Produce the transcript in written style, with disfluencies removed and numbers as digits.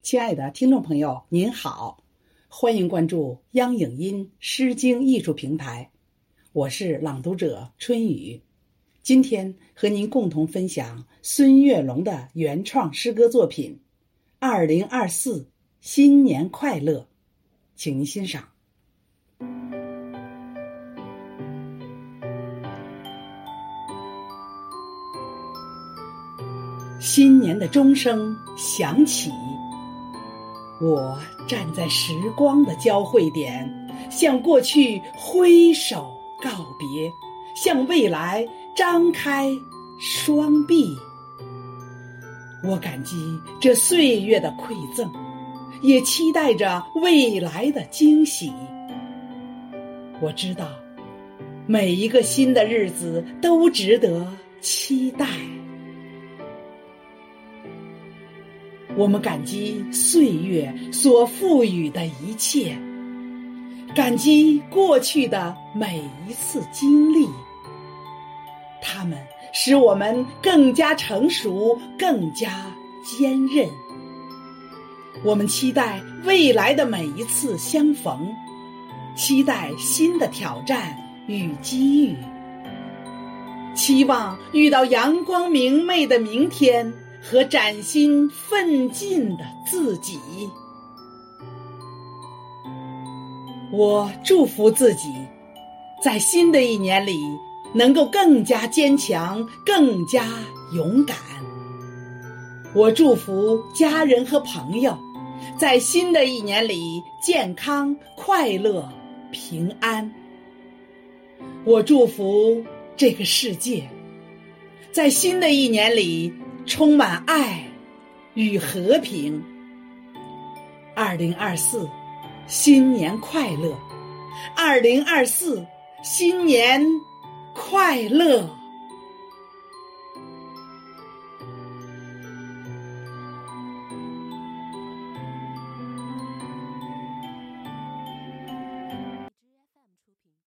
亲爱的听众朋友，您好，欢迎关注央影音诗经艺术平台，我是朗读者春雨。今天和您共同分享孙月龙的原创诗歌作品2024新年快乐，请您欣赏。新年的钟声响起，我站在时光的交汇点，向过去挥手告别，向未来张开双臂。我感激这岁月的馈赠，也期待着未来的惊喜。我知道，每一个新的日子都值得期待。我们感激岁月所赋予的一切，感激过去的每一次经历，它们使我们更加成熟，更加坚韧。我们期待未来的每一次相逢，期待新的挑战与机遇，期望遇到阳光明媚的明天和崭新奋进的自己。我祝福自己，在新的一年里能够更加坚强，更加勇敢。我祝福家人和朋友，在新的一年里健康、快乐、平安。我祝福这个世界，在新的一年里充满爱与和平。2024新年快乐，2024新年快乐。